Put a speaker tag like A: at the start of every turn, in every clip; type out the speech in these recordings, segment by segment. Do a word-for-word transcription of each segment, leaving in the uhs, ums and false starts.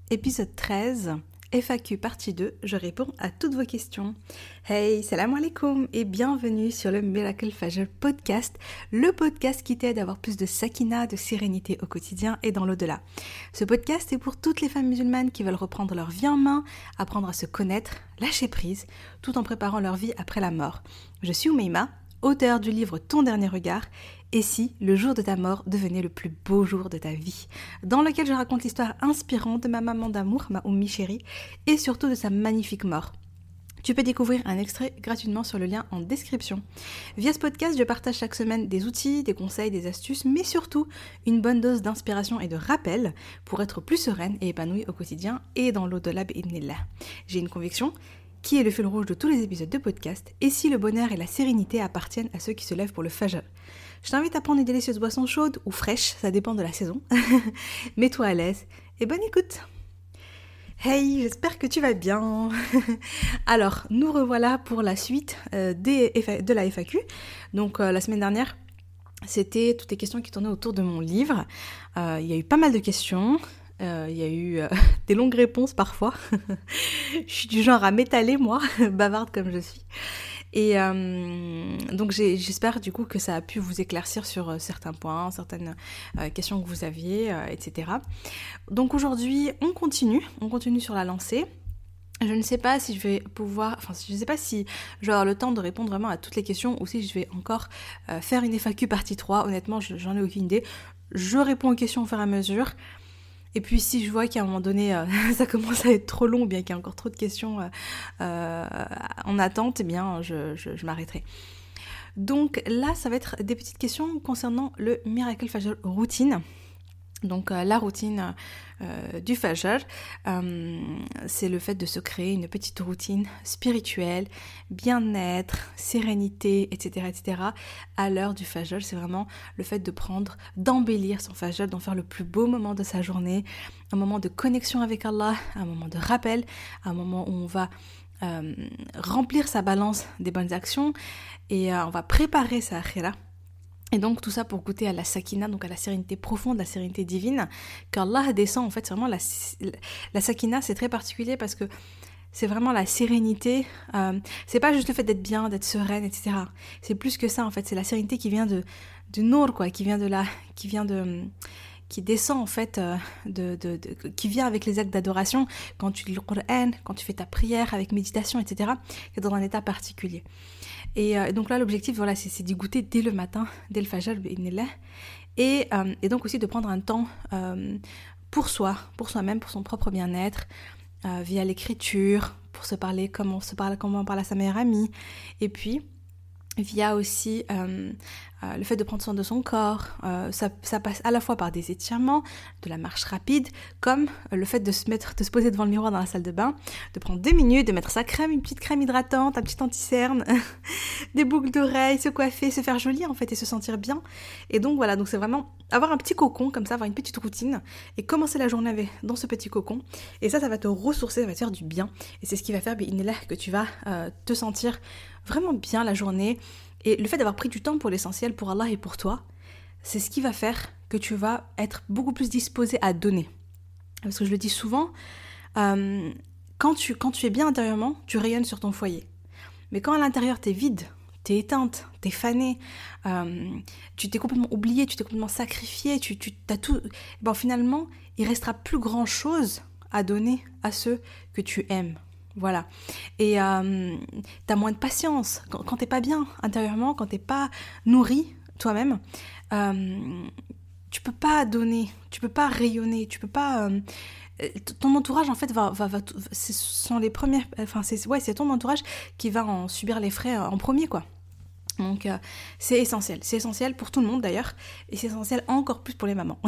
A: épisode treize, F A Q partie deux, je réponds à toutes vos questions. Hey, salam alaikum et bienvenue sur le Miracle Fajr podcast, le podcast qui t'aide à avoir plus de sakina, de sérénité au quotidien et dans l'au-delà. Ce podcast est pour toutes les femmes musulmanes qui veulent reprendre leur vie en main, apprendre à se connaître, lâcher prise, tout en préparant leur vie après la mort. Je suis Oumeima, auteure du livre Ton dernier regard, et si le jour de ta mort devenait le plus beau jour de ta vie, dans lequel je raconte l'histoire inspirante de ma maman d'amour, ma Oummi chérie, et surtout de sa magnifique mort. Tu peux découvrir un extrait gratuitement sur le lien en description. Via ce podcast, je partage chaque semaine des outils, des conseils, des astuces, mais surtout une bonne dose d'inspiration et de rappel pour être plus sereine et épanouie au quotidien et dans l'au-delà bi'idhnillah. J'ai une conviction qui est le fil rouge de tous les épisodes de podcast, et si le bonheur et la sérénité appartiennent à ceux qui se lèvent pour le fajr. Je t'invite à prendre une délicieuse boisson chaude ou fraîche, ça dépend de la saison. Mets-toi à l'aise et bonne écoute. Hey, j'espère que tu vas bien. Alors, nous revoilà pour la suite euh, des F A- de la F A Q. Donc, euh, la semaine dernière, c'était toutes les questions qui tournaient autour de mon livre. Euh, il y a eu pas mal de questions. Euh, il y a eu euh, des longues réponses parfois. Je suis du genre à m'étaler, moi, bavarde comme je suis. Et euh, donc j'ai, j'espère du coup que ça a pu vous éclaircir sur euh, certains points, certaines euh, questions que vous aviez, euh, et cetera. Donc aujourd'hui, on continue, on continue sur la lancée. Je ne sais pas si je vais pouvoir, enfin je ne sais pas si je vais avoir le temps de répondre vraiment à toutes les questions ou si je vais encore euh, faire une F A Q partie trois. Honnêtement, je, j'en ai aucune idée. Je réponds aux questions au fur et à mesure. Et puis si je vois qu'à un moment donné euh, ça commence à être trop long ou bien qu'il y a encore trop de questions euh, euh, en attente, eh bien je, je, je m'arrêterai. Donc là ça va être des petites questions concernant le Miracle Fajr routine. Donc euh, la routine euh, du Fajr, euh, c'est le fait de se créer une petite routine spirituelle, bien-être, sérénité, et cetera, et cetera. À l'heure du Fajr, c'est vraiment le fait de prendre, d'embellir son Fajr, d'en faire le plus beau moment de sa journée, un moment de connexion avec Allah, un moment de rappel, un moment où on va euh, remplir sa balance des bonnes actions et euh, on va préparer sa akhira. Et donc tout ça pour goûter à la sakina, donc à la sérénité profonde, la sérénité divine, qu'Allah descend. En fait, c'est vraiment la, la sakina, c'est très particulier parce que c'est vraiment la sérénité. Euh, c'est pas juste le fait d'être bien, d'être sereine, et cetera. C'est plus que ça en fait. C'est la sérénité qui vient de du nour, quoi, qui vient de la, qui vient de, qui descend en fait, euh, de, de, de, qui vient avec les actes d'adoration. Quand tu lis le Coran, quand tu fais ta prière avec méditation, et cetera. C'est dans un état particulier. Et euh, donc là, l'objectif, voilà, c'est, c'est d'y goûter dès le matin, dès le Fajr, et, euh, et donc aussi de prendre un temps euh, pour soi, pour soi-même, pour son propre bien-être, euh, via l'écriture, pour se parler comme on se parle, comment on parle à sa meilleure amie, et puis via aussi euh, euh, le fait de prendre soin de son corps. Euh, ça, ça passe à la fois par des étirements, de la marche rapide, comme euh, le fait de se mettre, de se poser devant le miroir dans la salle de bain, de prendre deux minutes, de mettre sa crème, une petite crème hydratante, un petit anti-cerne, des boucles d'oreilles, se coiffer, se faire joli en fait et se sentir bien. Et donc voilà, donc c'est vraiment avoir un petit cocon comme ça, avoir une petite routine et commencer la journée avec, dans ce petit cocon. Et ça, ça va te ressourcer, ça va te faire du bien. Et c'est ce qui va faire bi'idhnillah, que tu vas euh, te sentir vraiment bien la journée. Et le fait d'avoir pris du temps pour l'essentiel, pour Allah et pour toi, c'est ce qui va faire que tu vas être beaucoup plus disposé à donner. Parce que je le dis souvent, euh, quand, tu, quand tu es bien intérieurement, tu rayonnes sur ton foyer. Mais quand à l'intérieur t'es vide, t'es éteinte, t'es fanée, euh, tu t'es complètement oubliée, tu t'es complètement sacrifiée, tu, tu t'as tout, bon finalement, il restera plus grand chose à donner à ceux que tu aimes. Voilà. Et euh, t'as moins de patience. Quand, quand t'es pas bien intérieurement, quand t'es pas nourri toi-même, euh, tu peux pas donner, tu peux pas rayonner, tu peux pas... Euh, ton entourage en fait va, va, va ce sont les premières, enfin c'est ouais c'est ton entourage qui va en subir les frais en premier quoi. Donc euh, c'est essentiel, c'est essentiel pour tout le monde d'ailleurs, et c'est essentiel encore plus pour les mamans.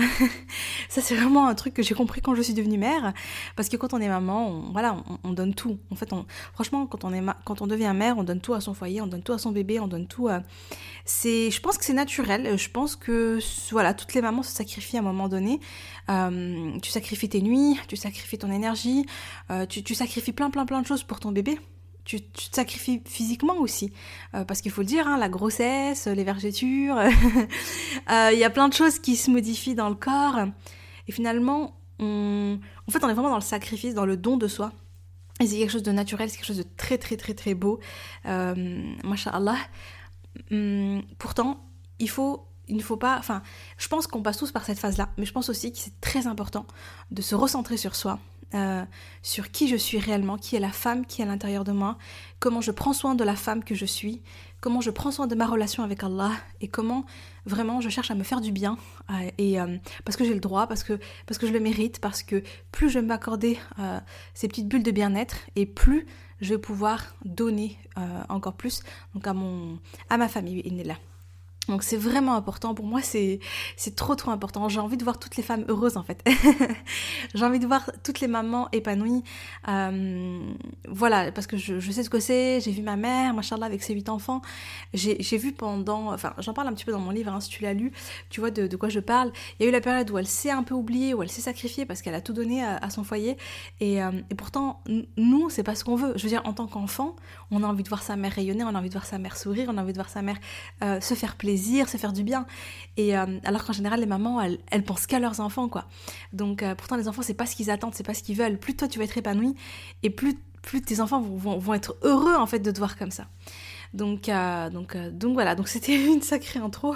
A: Ça c'est vraiment un truc que j'ai compris quand je suis devenue mère, parce que quand on est maman, on, voilà, on, on donne tout. En fait, on, franchement, quand on est ma- quand on devient mère, on donne tout à son foyer, on donne tout à son bébé, on donne tout. À... C'est, je pense que c'est naturel. Je pense que voilà, toutes les mamans se sacrifient à un moment donné. Euh, tu sacrifies tes nuits, tu sacrifies ton énergie, euh, tu, tu sacrifies plein plein plein de choses pour ton bébé. Tu, tu te sacrifies physiquement aussi, euh, parce qu'il faut le dire, hein, la grossesse, les vergetures, il euh, y a plein de choses qui se modifient dans le corps, et finalement, on... en fait, on est vraiment dans le sacrifice, dans le don de soi. Et c'est quelque chose de naturel, c'est quelque chose de très très très très beau. Euh, Masha'Allah. Hum, pourtant, il faut, il ne faut pas... Enfin, je pense qu'on passe tous par cette phase-là, mais je pense aussi que c'est très important de se recentrer sur soi, euh, sur qui je suis réellement, qui est la femme qui est à l'intérieur de moi, comment je prends soin de la femme que je suis, comment je prends soin de ma relation avec Allah et comment vraiment je cherche à me faire du bien euh, et euh, parce que j'ai le droit, parce que, parce que je le mérite, parce que plus je vais m'accorder euh, ces petites bulles de bien-être et plus je vais pouvoir donner euh, encore plus donc à, mon, à ma famille. Donc c'est vraiment important, pour moi c'est, c'est trop trop important, j'ai envie de voir toutes les femmes heureuses en fait, j'ai envie de voir toutes les mamans épanouies, euh, voilà, parce que je, je sais ce que c'est, j'ai vu ma mère, machallah, avec ses huit enfants, j'ai, j'ai vu pendant, enfin j'en parle un petit peu dans mon livre, hein, si tu l'as lu, tu vois de, de quoi je parle, il y a eu la période où elle s'est un peu oubliée, où elle s'est sacrifiée parce qu'elle a tout donné à, à son foyer, et, euh, et pourtant nous c'est pas ce qu'on veut, je veux dire en tant qu'enfant, on a envie de voir sa mère rayonner, on a envie de voir sa mère sourire, on a envie de voir sa mère euh, se faire plaisir, se faire du bien, et euh, alors qu'en général les mamans elles, elles pensent qu'à leurs enfants quoi, donc euh, pourtant les enfants c'est pas ce qu'ils attendent, c'est pas ce qu'ils veulent, plus toi tu vas être épanoui et plus, plus tes enfants vont, vont, vont être heureux en fait de te voir comme ça, donc, euh, donc, euh, donc voilà, donc c'était une sacrée intro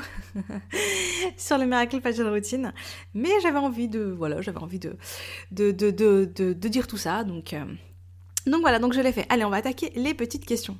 A: sur le Miracle Fajr Routine, mais j'avais envie de, voilà, j'avais envie de, de, de, de, de, de dire tout ça, donc, euh, donc voilà, donc je l'ai fait. Allez, on va attaquer les petites questions.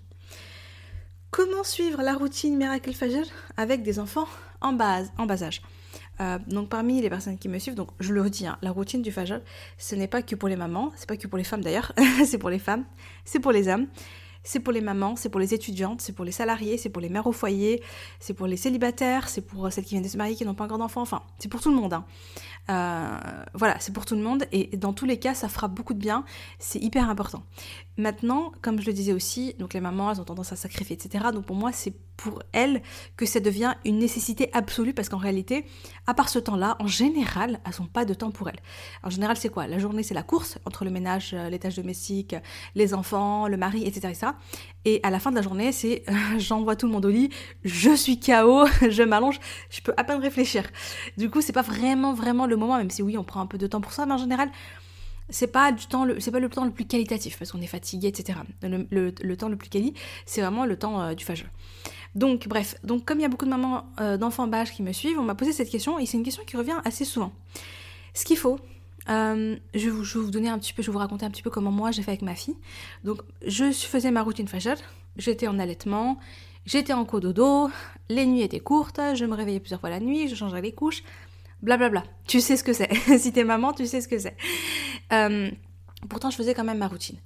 A: Comment suivre la routine Miracle Fajr avec des enfants en bas, en bas âge? euh, Donc parmi les personnes qui me suivent, donc je le redis, hein, la routine du Fajr, ce n'est pas que pour les mamans, c'est pas que pour les femmes d'ailleurs, c'est pour les femmes, c'est pour les hommes, c'est pour les mamans, c'est pour les étudiantes, c'est pour les salariés, c'est pour les mères au foyer, c'est pour les célibataires, c'est pour celles qui viennent de se marier, qui n'ont pas encore d'enfants, enfin, c'est pour tout le monde, hein. Euh, voilà, c'est pour tout le monde et dans tous les cas ça fera beaucoup de bien, c'est hyper important. Maintenant, comme je le disais aussi, donc les mamans elles ont tendance à sacrifier, et cetera. Donc pour moi c'est pour elles que ça devient une nécessité absolue, parce qu'en réalité, à part ce temps-là, en général, elles n'ont pas de temps pour elles. En général c'est quoi? La journée c'est la course entre le ménage, les tâches domestiques, les enfants, le mari, et cetera et cetera. Et à la fin de la journée c'est euh, j'envoie tout le monde au lit, je suis K O, je m'allonge, je peux à peine réfléchir. Du coup c'est pas vraiment vraiment le moment, même si oui on prend un peu de temps pour ça, mais en général c'est pas du temps le, c'est pas le temps le plus qualitatif parce qu'on est fatigué, et cetera. Le, le, le temps le plus quali, c'est vraiment le temps euh, du Fajr. Donc bref, donc comme il y a beaucoup de mamans euh, d'enfants bas âge qui me suivent, on m'a posé cette question et c'est une question qui revient assez souvent. Ce qu'il faut, euh, je, vais vous, je vais vous donner un petit peu, je vais vous raconter un petit peu comment moi j'ai fait avec ma fille. Donc je faisais ma routine Fajr, j'étais en allaitement, j'étais en cododo, les nuits étaient courtes, je me réveillais plusieurs fois la nuit, je changeais les couches. Blablabla, bla bla. Tu sais ce que c'est. Si t'es maman, tu sais ce que c'est. Euh, pourtant, je faisais quand même ma routine.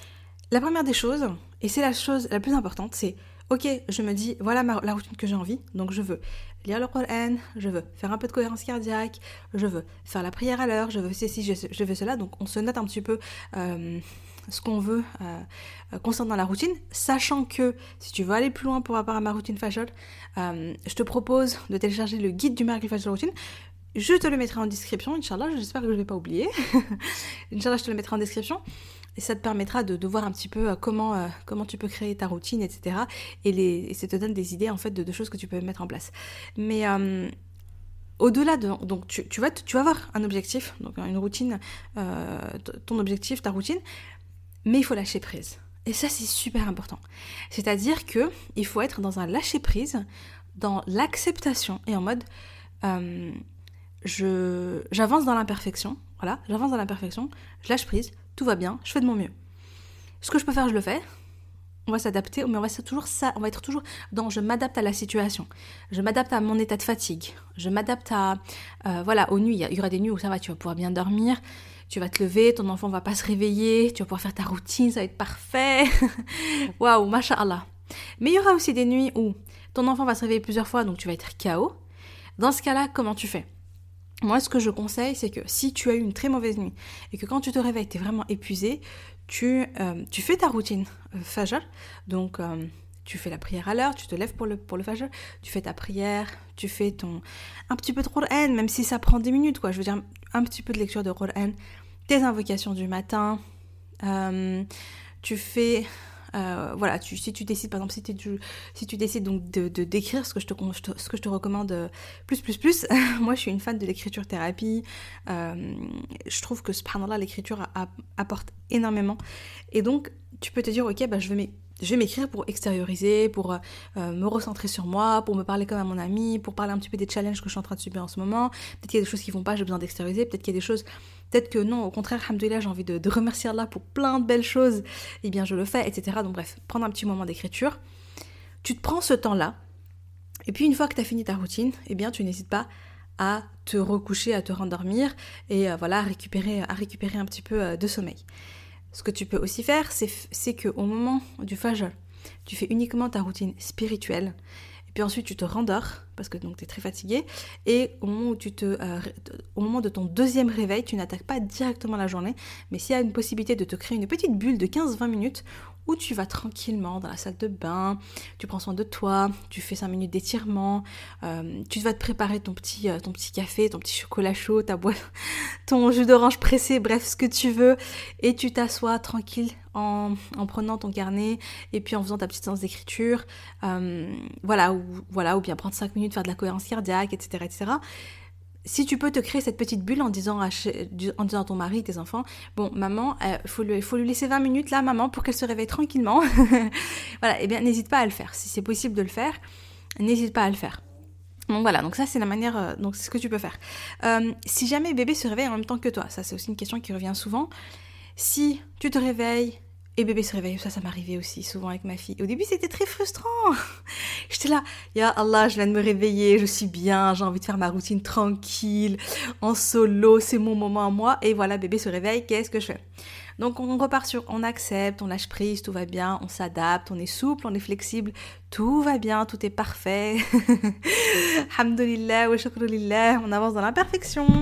A: La première des choses, et c'est la chose la plus importante, c'est ok, je me dis, voilà ma, la routine que j'ai envie, donc je veux lire le Coran, je veux faire un peu de cohérence cardiaque, je veux faire la prière à l'heure, je veux ceci, je, je veux cela, donc on se note un petit peu euh, ce qu'on veut euh, concernant la routine, sachant que si tu veux aller plus loin pour rapport à ma routine Fajr, euh, je te propose de télécharger le guide du Miracle Fajr Routine. Je te le mettrai en description, Inch'Allah, j'espère que je ne vais pas oublier. Inch'Allah, je te le mettrai en description. Et ça te permettra de, de voir un petit peu comment, euh, comment tu peux créer ta routine, et cetera. Et, les, et ça te donne des idées en fait de, de choses que tu peux mettre en place. Mais euh, au-delà de... Donc tu, tu, vas, tu vas avoir un objectif, donc une routine, euh, ton objectif, ta routine, mais il faut lâcher prise. Et ça, c'est super important. C'est-à-dire qu'il faut être dans un lâcher-prise, dans l'acceptation et en mode... Euh, Je, j'avance dans l'imperfection, voilà, j'avance dans l'imperfection, je lâche prise, tout va bien, je fais de mon mieux. Ce que je peux faire, je le fais. On va s'adapter, mais on va être toujours ça, on va être toujours dans je m'adapte à la situation, je m'adapte à mon état de fatigue, je m'adapte à, euh, voilà, aux nuits. Il y aura des nuits où ça va, tu vas pouvoir bien dormir, tu vas te lever, ton enfant va pas se réveiller, tu vas pouvoir faire ta routine, ça va être parfait. Waouh, masha'Allah. Mais il y aura aussi des nuits où ton enfant va se réveiller plusieurs fois, donc tu vas être K O. Dans ce cas-là, comment tu fais ? Moi, ce que je conseille, c'est que si tu as eu une très mauvaise nuit et que quand tu te réveilles, tu es vraiment épuisé, tu, euh, tu fais ta routine euh, Fajr. Donc, euh, tu fais la prière à l'heure, tu te lèves pour le, pour le Fajr, tu fais ta prière, tu fais ton un petit peu de Coran, même si ça prend dix minutes, quoi. Je veux dire, un petit peu de lecture de Coran, tes invocations du matin, euh, tu fais euh, voilà, tu, si tu décides, par exemple, si, tu, si tu décides donc de, de d'écrire, ce que je te, ce que je te recommande euh, plus, plus, plus, moi je suis une fan de l'écriture thérapie, euh, je trouve que, subhanallah, l'écriture a, a, apporte énormément, et donc tu peux te dire, ok, bah, je vais m'é- je vais m'écrire pour extérioriser, pour euh, me recentrer sur moi, pour me parler comme à mon ami, pour parler un petit peu des challenges que je suis en train de subir en ce moment. Peut-être qu'il y a des choses qui vont pas, j'ai besoin d'extérioriser. Peut-être qu'il y a des choses, peut-être que non, au contraire, alhamdoulilah, j'ai envie de, de remercier Allah pour plein de belles choses. Eh bien, je le fais, et cetera. Donc bref, prendre un petit moment d'écriture. Tu te prends ce temps-là. Et puis, une fois que tu as fini ta routine, eh bien, tu n'hésites pas à te recoucher, à te rendormir et euh, voilà, à récupérer, à récupérer un petit peu euh, de sommeil. Ce que tu peux aussi faire, c'est, c'est qu'au moment du fajr, tu fais uniquement ta routine spirituelle. Et puis ensuite, tu te rendors, parce que donc tu es très fatigué. Et au moment, où tu te, euh, au moment de ton deuxième réveil, tu n'attaques pas directement la journée. Mais s'il y a une possibilité de te créer une petite bulle de quinze à vingt minutes, où tu vas tranquillement dans la salle de bain, tu prends soin de toi, tu fais cinq minutes d'étirement, euh, tu vas te préparer ton petit, euh, ton petit café, ton petit chocolat chaud, ta boîte, ton jus d'orange pressé, bref, ce que tu veux, et tu t'assois tranquille en, en prenant ton carnet et puis en faisant ta petite séance d'écriture, euh, voilà, ou, voilà, ou bien prendre cinq minutes, faire de la cohérence cardiaque, et cetera, et cetera. Si tu peux te créer cette petite bulle en disant à, en disant à ton mari, tes enfants, bon, maman, il euh, faut, lui, faut lui laisser vingt minutes là, maman, pour qu'elle se réveille tranquillement. Voilà, et eh bien, n'hésite pas à le faire. Si c'est possible de le faire, n'hésite pas à le faire. Donc voilà, donc ça c'est la manière, euh, donc c'est ce que tu peux faire. Euh, si jamais bébé se réveille en même temps que toi, ça c'est aussi une question qui revient souvent. Si tu te réveilles et bébé se réveille, ça ça m'arrivait aussi souvent avec ma fille. Au début c'était très frustrant. J'étais là, ya Allah, je viens de me réveiller, je suis bien, j'ai envie de faire ma routine tranquille, en solo, c'est mon moment à moi. Et voilà, bébé se réveille, qu'est-ce que je fais ? Donc on repart sur, on accepte, on lâche prise, tout va bien, on s'adapte, on est souple, on est flexible, tout va bien, tout est parfait. Alhamdulillah wa shukrulillah, on avance dans l'imperfection.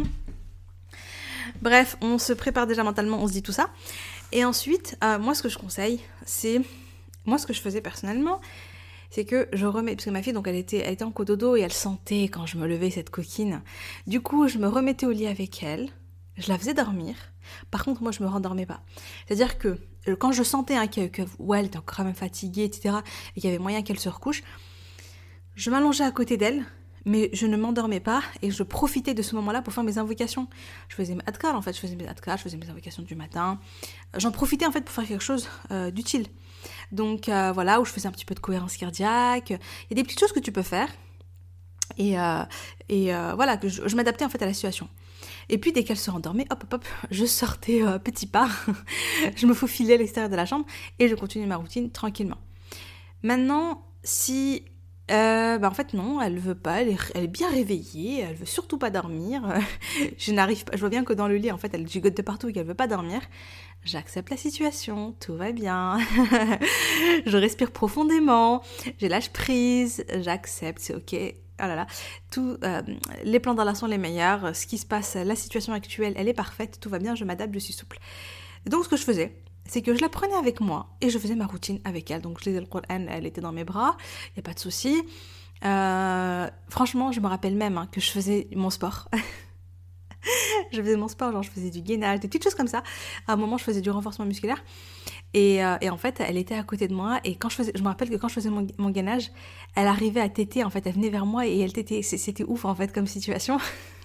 A: Bref, on se prépare déjà mentalement, on se dit tout ça. Et ensuite, euh, moi ce que je conseille, c'est, moi ce que je faisais personnellement, c'est que je remets, parce que ma fille, donc elle était, elle était en cododo et elle sentait quand je me levais cette coquine. Du coup, je me remettais au lit avec elle, je la faisais dormir. Par contre, moi, je me rendormais pas. C'est-à-dire que quand je sentais hein, que, que ouais, elle était quand même fatiguée, et cetera, et qu'il y avait moyen qu'elle se recouche, je m'allongeais à côté d'elle, mais je ne m'endormais pas et je profitais de ce moment-là pour faire mes invocations. Je faisais mes adkar, en fait, je faisais mes adkar, je faisais mes invocations du matin. J'en profitais en fait pour faire quelque chose euh, d'utile. Donc euh, voilà, où je faisais un petit peu de cohérence cardiaque. Il y a des petites choses que tu peux faire. Et, euh, et euh, voilà, que je, je m'adaptais en fait à la situation. Et puis dès qu'elle se rendormait, hop hop hop, je sortais euh, petit pas, je me faufilais à l'extérieur de la chambre et je continuais ma routine tranquillement. Maintenant, si euh, bah en fait non, elle veut pas, elle est, elle est bien réveillée, elle veut surtout pas dormir. Je n'arrive pas, je vois bien que dans le lit en fait elle gigote de partout et qu'elle veut pas dormir. J'accepte la situation, tout va bien. Je respire profondément, je lâche prise, j'accepte, c'est ok. Oh là là, tout, euh, les plans d'Allah sont les meilleurs, ce qui se passe, la situation actuelle, elle est parfaite, tout va bien, je m'adapte, je suis souple. Donc ce que je faisais, c'est que je la prenais avec moi et je faisais ma routine avec elle. Donc je lisais le Coran, elle était dans mes bras, il n'y a pas de souci. Euh, franchement, je me rappelle même hein, que je faisais mon sport. Je faisais mon sport, genre je faisais du gainage, des petites choses comme ça. À un moment, je faisais du renforcement musculaire. Et, euh, et en fait, elle était à côté de moi. Et quand je faisais, je me rappelle que quand je faisais mon, mon gainage, elle arrivait à téter. En fait, elle venait vers moi et elle tétait. C'était ouf, en fait, comme situation.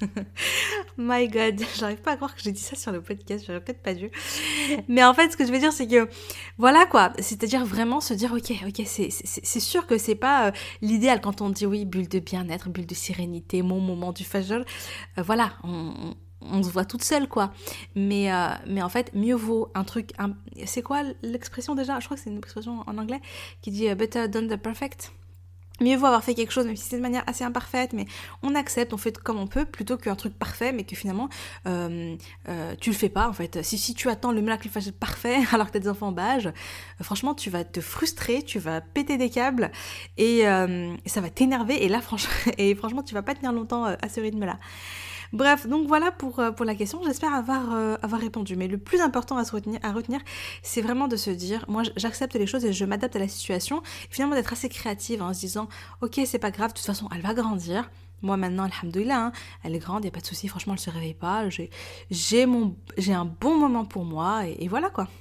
A: My God, j'arrive pas à croire que j'ai dit ça sur le podcast. J'aurais peut-être pas dû. Mais en fait, ce que je veux dire, c'est que voilà quoi. C'est-à-dire vraiment se dire, ok, ok, c'est, c'est, c'est sûr que c'est pas euh, l'idéal quand on dit oui, bulle de bien-être, bulle de sérénité, mon moment du fajr. Euh, voilà, on, on on se voit toute seule quoi, mais euh, mais en fait mieux vaut un truc un... c'est quoi l'expression déjà, je crois que c'est une expression en anglais qui dit uh, better than the perfect. Mieux vaut avoir fait quelque chose même si c'est de manière assez imparfaite, mais on accepte, on fait comme on peut, plutôt qu'un truc parfait mais que finalement euh, euh, tu le fais pas en fait. Si, si tu attends le miracle parfait alors que t'as des enfants en bas âge, euh, franchement tu vas te frustrer, tu vas péter des câbles et euh, ça va t'énerver et là franchement, et franchement tu vas pas tenir longtemps euh, à ce rythme là. Bref, donc voilà pour, pour la question, j'espère avoir, euh, avoir répondu. Mais le plus important à, se retenir, à retenir, c'est vraiment de se dire, moi j'accepte les choses et je m'adapte à la situation. Et finalement d'être assez créative hein, en se disant, ok c'est pas grave, de toute façon elle va grandir. Moi maintenant, alhamdoulilah, hein, elle est grande, il n'y a pas de souci, franchement elle se réveille pas. J'ai, j'ai, mon, j'ai un bon moment pour moi et, et voilà quoi.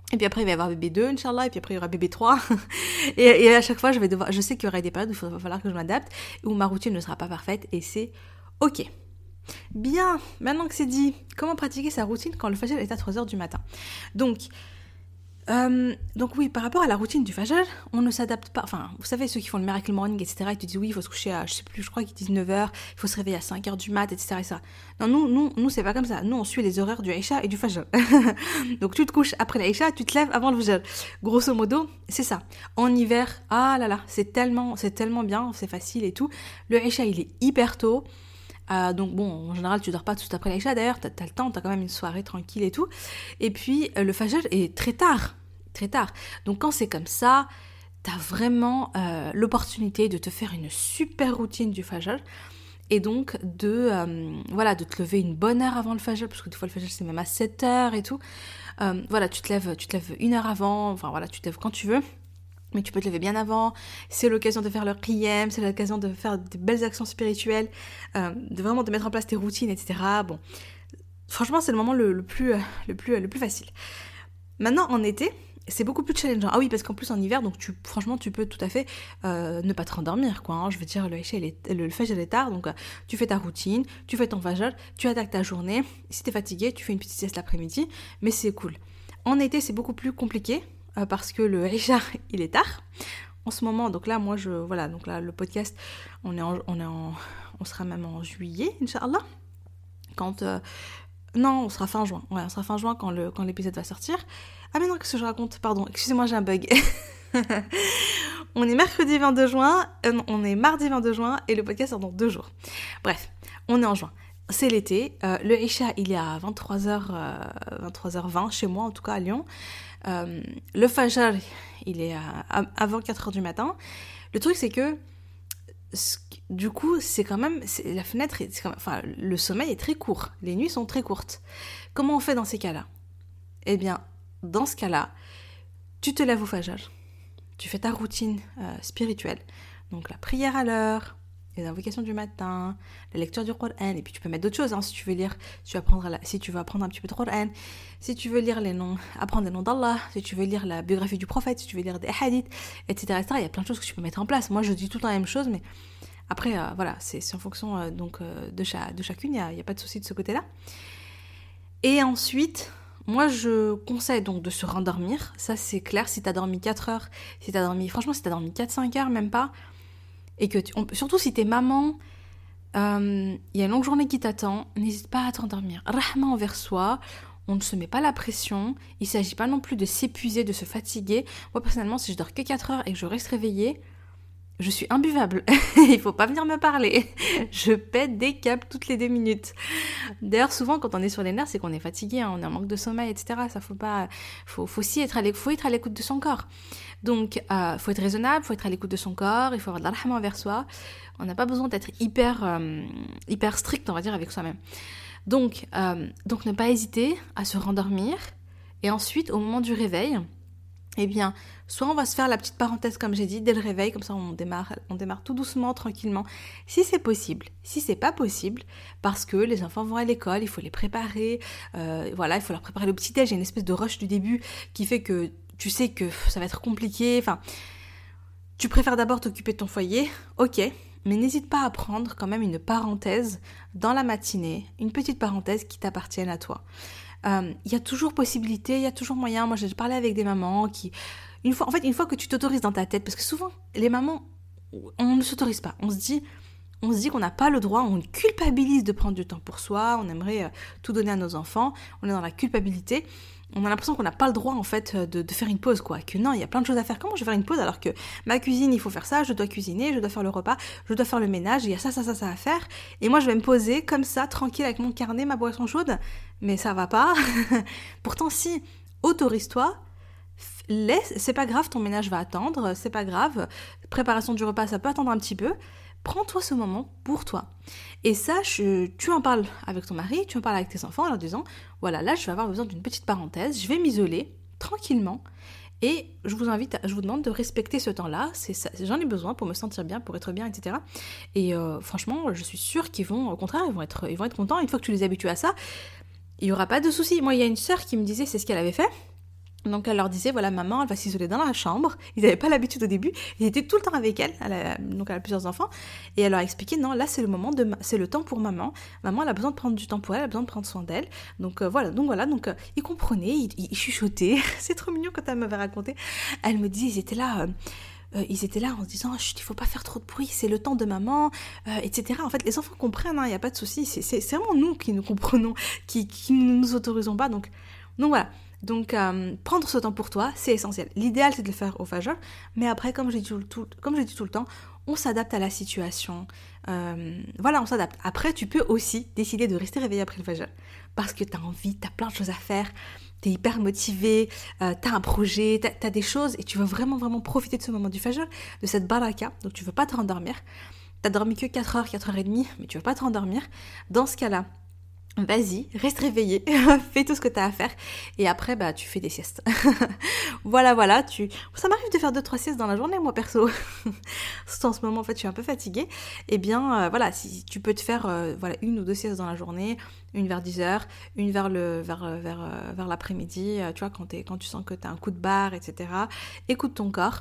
A: Et puis après, il va y avoir bébé deux, Inch'Allah, et puis après, il y aura bébé trois. et, et à chaque fois, je vais devoir, je sais qu'il y aura des périodes où il va falloir que je m'adapte, où ma routine ne sera pas parfaite, et c'est ok. Bien, maintenant que c'est dit, comment pratiquer sa routine quand le fajr est à trois heures du matin? Donc, Euh, donc oui, par rapport à la routine du fajr, on ne s'adapte pas, enfin, vous savez, ceux qui font le miracle morning, et cetera, ils te disent oui, il faut se coucher à, je sais plus, je crois qu'ils disent neuf heures, il faut se réveiller à cinq heures du mat, et cetera, et cetera. Non, nous, nous, nous, c'est pas comme ça. Nous, on suit les horaires du Aïcha et du fajr. Donc tu te couches après l'Aïcha, tu te lèves avant le fajr. Grosso modo, c'est ça. En hiver, ah là là, c'est tellement, c'est tellement bien, c'est facile et tout. Le Aïcha, il est hyper tôt. Euh, donc bon, en général, tu dors pas tout de suite après l'Aïcha, d'ailleurs, t'as, t'as le temps, t'as quand même une soirée tranquille et tout. Et puis, euh, le fajr est très tard, très tard. Donc quand c'est comme ça, t'as vraiment euh, l'opportunité de te faire une super routine du fajr. Et donc, de, euh, voilà, de te lever une bonne heure avant le fajr, parce que des fois, le fajr, c'est même à sept heures et tout. Euh, voilà, tu te lèves, tu te lèves une heure avant, enfin voilà, tu te lèves quand tu veux. Mais tu peux te lever bien avant, c'est l'occasion de faire le qiyam, c'est l'occasion de faire des belles actions spirituelles, euh, de vraiment de mettre en place tes routines, et cetera. Bon, franchement, c'est le moment le, le, plus, le, plus, le plus facile. Maintenant, en été, c'est beaucoup plus challengeant. Ah oui, parce qu'en plus, en hiver, donc tu, franchement, tu peux tout à fait euh, ne pas te rendormir, quoi. Hein. Je veux dire, le Aïcha, le, le fajr est tard, donc euh, tu fais ta routine, tu fais ton fajr, tu attaques ta journée. Si t'es fatigué, tu fais une petite sieste l'après-midi, mais c'est cool. En été, c'est beaucoup plus compliqué, parce que le Aïcha, il est tard. En ce moment, donc là, moi, je, voilà, donc là, le podcast, on est en, on est en, on sera même en juillet, Inch'Allah. Quand, euh, non, on sera fin juin. Ouais, on sera fin juin quand le, quand l'épisode va sortir. Ah mais non, qu'est-ce que je raconte? Pardon, excusez-moi, j'ai un bug. On est mercredi vingt-deux juin, euh, non, on est mardi vingt-deux juin, et le podcast sort dans deux jours. Bref, on est en juin. C'est l'été. Euh, le Aïcha, il est à vingt-trois heures, euh, vingt-trois heures vingt, chez moi, en tout cas à Lyon. Euh, le fajr, il est à, à, avant quatre heures du matin. Le truc, c'est que, du coup, c'est quand même, c'est, la fenêtre, c'est quand même, enfin, le sommeil est très court. Les nuits sont très courtes. Comment on fait dans ces cas-là? Eh bien, dans ce cas-là, tu te lèves au fajr, tu fais ta routine euh, spirituelle, donc la prière à l'heure, les invocations du matin, la lecture du Coran, et puis tu peux mettre d'autres choses, hein, si tu veux lire, si tu veux apprendre, la, si tu veux apprendre un petit peu de Coran, si tu veux lire les noms, apprendre les noms d'Allah, si tu veux lire la biographie du prophète, si tu veux lire des hadiths, et cetera, et cetera. Il y a plein de choses que tu peux mettre en place. Moi, je dis tout le temps la même chose, mais après, euh, voilà, c'est, c'est en fonction euh, donc, euh, de, cha- de chacune, il n'y a, a pas de souci de ce côté-là. Et ensuite, moi, je conseille donc de se rendormir, ça c'est clair, si t'as dormi quatre heures, si t'as dormi, franchement, si t'as dormi quatre cinq heures, même pas, et que tu, on, surtout si t'es maman, il euh, y a une longue journée qui t'attend, n'hésite pas à t'endormir. Rahma envers soi, on ne se met pas la pression, il ne s'agit pas non plus de s'épuiser, de se fatiguer. Moi personnellement, si je dors que quatre heures et que je reste réveillée, je suis imbuvable, il faut pas venir me parler, je pète des câbles toutes les deux minutes. D'ailleurs, souvent quand on est sur les nerfs, c'est qu'on est fatigué, hein, on est en manque de sommeil, et cetera. Ça faut pas, faut, faut aussi être à l'écoute, faut être à l'écoute de son corps. Donc, euh, faut être raisonnable, faut être à l'écoute de son corps, il faut avoir de la rahma envers soi. On n'a pas besoin d'être hyper, euh, hyper strict, on va dire, avec soi-même. Donc, euh, donc ne pas hésiter à se rendormir, et ensuite, au moment du réveil, eh bien, soit on va se faire la petite parenthèse comme j'ai dit, dès le réveil, comme ça on démarre, on démarre tout doucement, tranquillement, si c'est possible. Si c'est pas possible, parce que les enfants vont à l'école, il faut les préparer, euh, voilà, il faut leur préparer le petit-déj, il y a une espèce de rush du début qui fait que tu sais que ça va être compliqué, enfin, tu préfères d'abord t'occuper de ton foyer, ok, mais n'hésite pas à prendre quand même une parenthèse dans la matinée, une petite parenthèse qui t'appartienne à toi. Il euh, y a toujours possibilité, il y a toujours moyen. Moi, j'ai parlé avec des mamans qui, une fois, en fait, une fois que tu t'autorises dans ta tête, parce que souvent, les mamans, on ne s'autorise pas. On se dit, on se dit qu'on n'a pas le droit, on culpabilise de prendre du temps pour soi, on aimerait euh, tout donner à nos enfants, on est dans la culpabilité. On a l'impression qu'on n'a pas le droit, en fait, de, de faire une pause, quoi. Que non, il y a plein de choses à faire. Comment je vais faire une pause alors que ma cuisine, il faut faire ça, je dois cuisiner, je dois faire le repas, je dois faire le ménage, il y a ça, ça, ça, ça à faire. Et moi, je vais me poser comme ça, tranquille, avec mon carnet, ma boisson chaude. Mais ça va pas. Pourtant, si, autorise-toi, laisse, c'est pas grave, ton ménage va attendre, c'est pas grave. Préparation du repas, ça peut attendre un petit peu. Prends-toi ce moment pour toi. Et ça, je, tu en parles avec ton mari, tu en parles avec tes enfants en leur disant, voilà, là, je vais avoir besoin d'une petite parenthèse, je vais m'isoler tranquillement et je vous invite, à, je vous demande de respecter ce temps-là, c'est ça, j'en ai besoin pour me sentir bien, pour être bien, et cetera. Et euh, franchement, je suis sûre qu'ils vont, au contraire, ils vont être, ils vont être contents. Une fois que tu les habitues à ça, il n'y aura pas de soucis. Moi, il y a une sœur qui me disait, c'est ce qu'elle avait fait. Donc elle leur disait, voilà, maman, elle va s'isoler dans la chambre. Ils n'avaient pas l'habitude au début. Ils étaient tout le temps avec elle. Elle a, donc elle a plusieurs enfants. Et elle leur a expliqué, non, là c'est le moment, de, c'est le temps pour maman. Maman, elle a besoin de prendre du temps pour elle, elle a besoin de prendre soin d'elle. Donc euh, voilà, donc voilà, donc euh, ils comprenaient, ils, ils chuchotaient. C'est trop mignon quand elle m'avait raconté. Elle me dit, ils étaient là... Euh, Euh, ils étaient là en se disant chut, il faut pas faire trop de bruit, c'est le temps de maman, euh, et cetera. En fait, les enfants comprennent, il hein, n'y a pas de souci, c'est, c'est, c'est vraiment nous qui nous comprenons, qui, qui ne nous autorisons pas. Donc, donc voilà, donc euh, prendre ce temps pour toi, c'est essentiel. L'idéal, c'est de le faire au fajr, mais après, comme j'ai dit tout, tout, comme j'ai dit tout le temps, on s'adapte à la situation. Euh, voilà, on s'adapte. Après, tu peux aussi décider de rester réveillé après le fajr, parce que tu as envie, tu as plein de choses à faire. T'es hyper motivé, euh, t'as un projet, t'as, t'as des choses et tu veux vraiment vraiment profiter de ce moment du fajr, de cette baraka, donc tu veux pas te rendormir. T'as dormi que quatre heures, quatre heures trente, mais tu veux pas te rendormir. Dans ce cas-là, vas-y, reste réveillé, fais tout ce que t'as à faire et après bah tu fais des siestes. voilà voilà, tu ça m'arrive de faire deux trois siestes dans la journée moi perso. Surtout en ce moment en fait, je suis un peu fatiguée. Et bien euh, voilà, si tu peux te faire euh, voilà une ou deux siestes dans la journée, une vers dix heures, une vers le vers vers euh, vers l'après-midi, euh, tu vois quand t'es quand tu sens que t'as un coup de barre, et cetera. Écoute ton corps.